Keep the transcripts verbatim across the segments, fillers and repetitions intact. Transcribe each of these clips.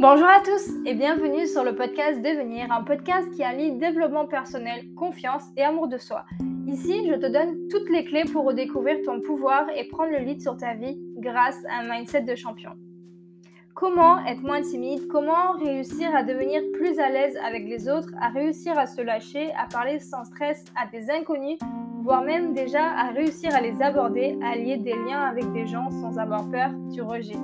Bonjour à tous et bienvenue sur le podcast Devenir, un podcast qui allie développement personnel, confiance et amour de soi. Ici, je te donne toutes les clés pour redécouvrir ton pouvoir et prendre le lead sur ta vie grâce à un mindset de champion. Comment être moins timide? Comment réussir à devenir plus à l'aise avec les autres, à réussir à se lâcher, à parler sans stress à des inconnus, voire même déjà à réussir à les aborder, à lier des liens avec des gens sans avoir peur du rejet.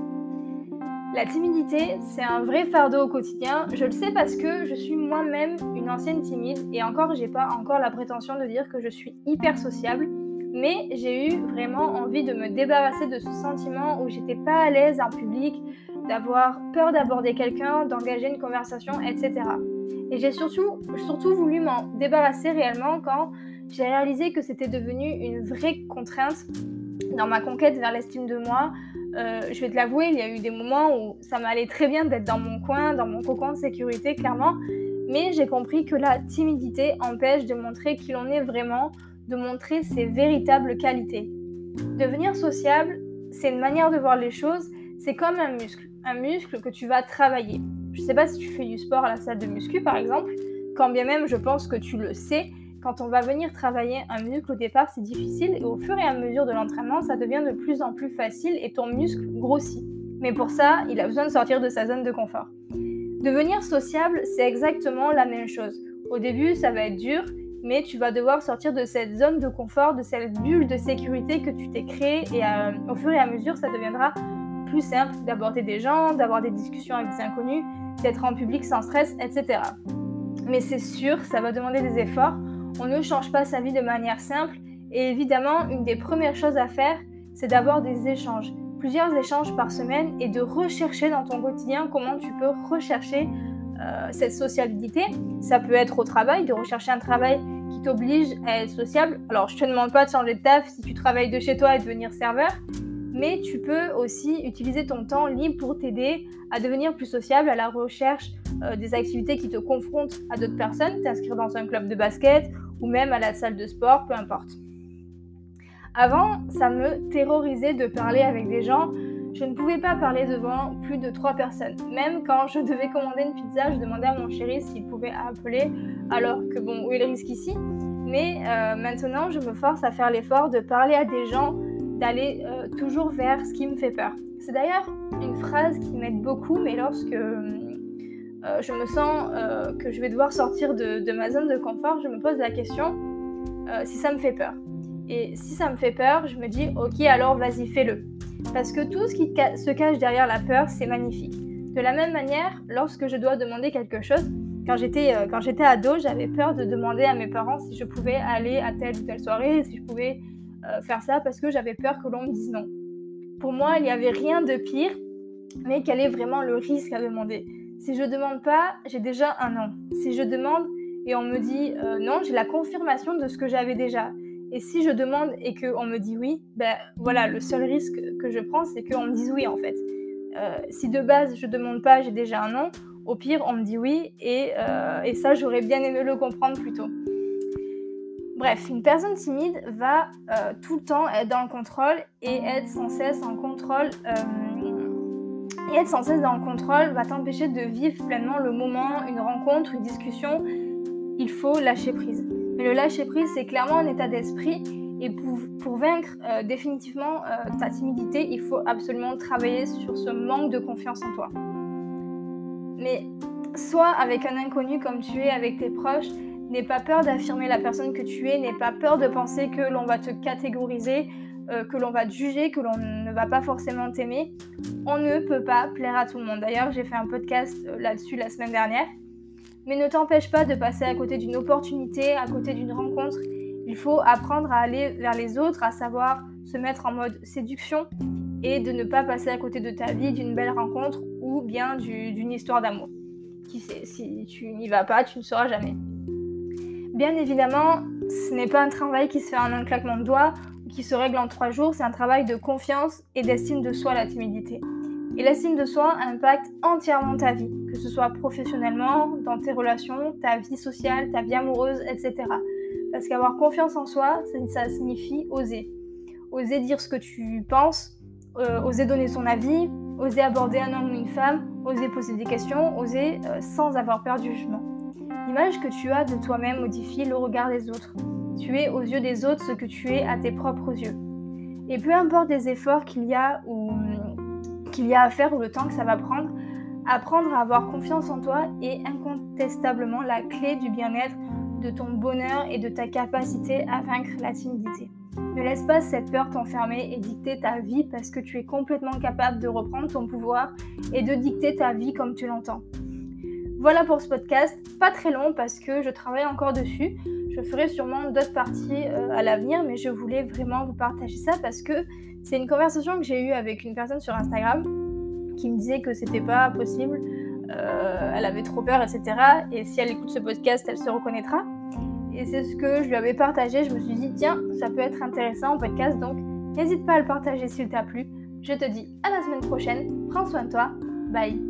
La timidité, c'est un vrai fardeau au quotidien. Je le sais parce que je suis moi-même une ancienne timide et encore, j'ai pas encore la prétention de dire que je suis hyper sociable, mais j'ai eu vraiment envie de me débarrasser de ce sentiment où j'étais pas à l'aise en public, d'avoir peur d'aborder quelqu'un, d'engager une conversation, et cetera. Et j'ai surtout, surtout voulu m'en débarrasser réellement quand j'ai réalisé que c'était devenu une vraie contrainte dans ma conquête vers l'estime de moi. Euh, je vais te l'avouer, il y a eu des moments où ça m'allait très bien d'être dans mon coin, dans mon cocon de sécurité, clairement, mais j'ai compris que la timidité empêche de montrer qui l'on est vraiment, de montrer ses véritables qualités. Devenir sociable, c'est une manière de voir les choses, c'est comme un muscle, un muscle que tu vas travailler. Je ne sais pas si tu fais du sport à la salle de muscu, par exemple, quand bien même je pense que tu le sais. Quand on va venir travailler un muscle au départ, c'est difficile et au fur et à mesure de l'entraînement, ça devient de plus en plus facile et ton muscle grossit. Mais pour ça, il a besoin de sortir de sa zone de confort. Devenir sociable, c'est exactement la même chose. Au début, ça va être dur, mais tu vas devoir sortir de cette zone de confort, de cette bulle de sécurité que tu t'es créée et euh, au fur et à mesure, ça deviendra plus simple d'aborder des gens, d'avoir des discussions avec des inconnus, d'être en public sans stress, et cetera. Mais c'est sûr, ça va demander des efforts. On ne change pas sa vie de manière simple et évidemment, une des premières choses à faire, c'est d'avoir des échanges, plusieurs échanges par semaine et de rechercher dans ton quotidien comment tu peux rechercher euh, cette sociabilité. Ça peut être au travail, de rechercher un travail qui t'oblige à être sociable. Alors, je ne te demande pas de changer de taf si tu travailles de chez toi et devenir serveur, mais tu peux aussi utiliser ton temps libre pour t'aider à devenir plus sociable, à la recherche euh, des activités qui te confrontent à d'autres personnes, t'inscrire dans un club de basket ou même à la salle de sport, peu importe. Avant, ça me terrorisait de parler avec des gens. Je ne pouvais pas parler devant plus de trois personnes. Même quand je devais commander une pizza, je demandais à mon chéri s'il pouvait appeler, alors que bon, où est le risque ici? Mais euh, maintenant, je me force à faire l'effort de parler à des gens, d'aller euh, toujours vers ce qui me fait peur. C'est d'ailleurs une phrase qui m'aide beaucoup, mais lorsque euh, je me sens euh, que je vais devoir sortir de, de ma zone de confort, je me pose la question euh, si ça me fait peur. Et si ça me fait peur, je me dis ok, alors vas-y, fais-le. Parce que tout ce qui ca- se cache derrière la peur, c'est magnifique. De la même manière, lorsque je dois demander quelque chose, quand j'étais, euh, quand j'étais ado, j'avais peur de demander à mes parents si je pouvais aller à telle ou telle soirée, si je pouvais euh, faire ça, parce que j'avais peur que l'on me dise non. Pour moi, il n'y avait rien de pire, mais quel est vraiment le risque à demander? Si je ne demande pas, j'ai déjà un non. Si je demande et on me dit euh, non, j'ai la confirmation de ce que j'avais déjà. Et si je demande et qu'on me dit oui, ben voilà, le seul risque que je prends, c'est qu'on me dise oui en fait. Euh, si de base je ne demande pas, j'ai déjà un non, au pire on me dit oui et, euh, et ça j'aurais bien aimé le comprendre plus tôt. Bref, une personne timide va euh, tout le temps être dans le contrôle et être sans cesse en contrôle. Euh, et être sans cesse dans le contrôle va t'empêcher de vivre pleinement le moment, une rencontre, une discussion. Il faut lâcher prise. Mais le lâcher prise, c'est clairement un état d'esprit. Et pour, pour vaincre euh, définitivement euh, ta timidité, il faut absolument travailler sur ce manque de confiance en toi. Mais soit avec un inconnu comme tu es, avec tes proches, n'aie pas peur d'affirmer la personne que tu es, n'aie pas peur de penser que l'on va te catégoriser, euh, que l'on va te juger, que l'on ne va pas forcément t'aimer. On ne peut pas plaire à tout le monde. D'ailleurs, j'ai fait un podcast là-dessus la semaine dernière. Mais ne t'empêche pas de passer à côté d'une opportunité, à côté d'une rencontre. Il faut apprendre à aller vers les autres, à savoir se mettre en mode séduction et de ne pas passer à côté de ta vie, d'une belle rencontre ou bien du, d'une histoire d'amour. Qui sait, si tu n'y vas pas, tu ne sauras jamais. Bien évidemment, ce n'est pas un travail qui se fait en un claquement de doigts ou qui se règle en trois jours, c'est un travail de confiance et d'estime de soi, la timidité. Et l'estime de soi impacte entièrement ta vie, que ce soit professionnellement, dans tes relations, ta vie sociale, ta vie amoureuse, et cetera. Parce qu'avoir confiance en soi, ça signifie oser. Oser dire ce que tu penses, euh, oser donner son avis, oser aborder un homme ou une femme, Oser poser des questions, oser euh, sans avoir peur du jugement. L'image que tu as de toi-même modifie le regard des autres. Tu es aux yeux des autres ce que tu es à tes propres yeux. Et peu importe les efforts qu'il y a ou qu'il y a à faire ou le temps que ça va prendre, apprendre à avoir confiance en toi est incontestablement la clé du bien-être, de ton bonheur et de ta capacité à vaincre la timidité. Ne laisse pas cette peur t'enfermer et dicter ta vie parce que tu es complètement capable de reprendre ton pouvoir et de dicter ta vie comme tu l'entends. Voilà pour ce podcast, pas très long parce que je travaille encore dessus. Je ferai sûrement d'autres parties euh, à l'avenir, mais je voulais vraiment vous partager ça parce que c'est une conversation que j'ai eue avec une personne sur Instagram qui me disait que c'était pas possible, euh, elle avait trop peur, et cetera. Et si elle écoute ce podcast, elle se reconnaîtra. Et c'est ce que je lui avais partagé. Je me suis dit, tiens, ça peut être intéressant en podcast, donc n'hésite pas à le partager s'il t'a plu. Je te dis à la semaine prochaine. Prends soin de toi. Bye.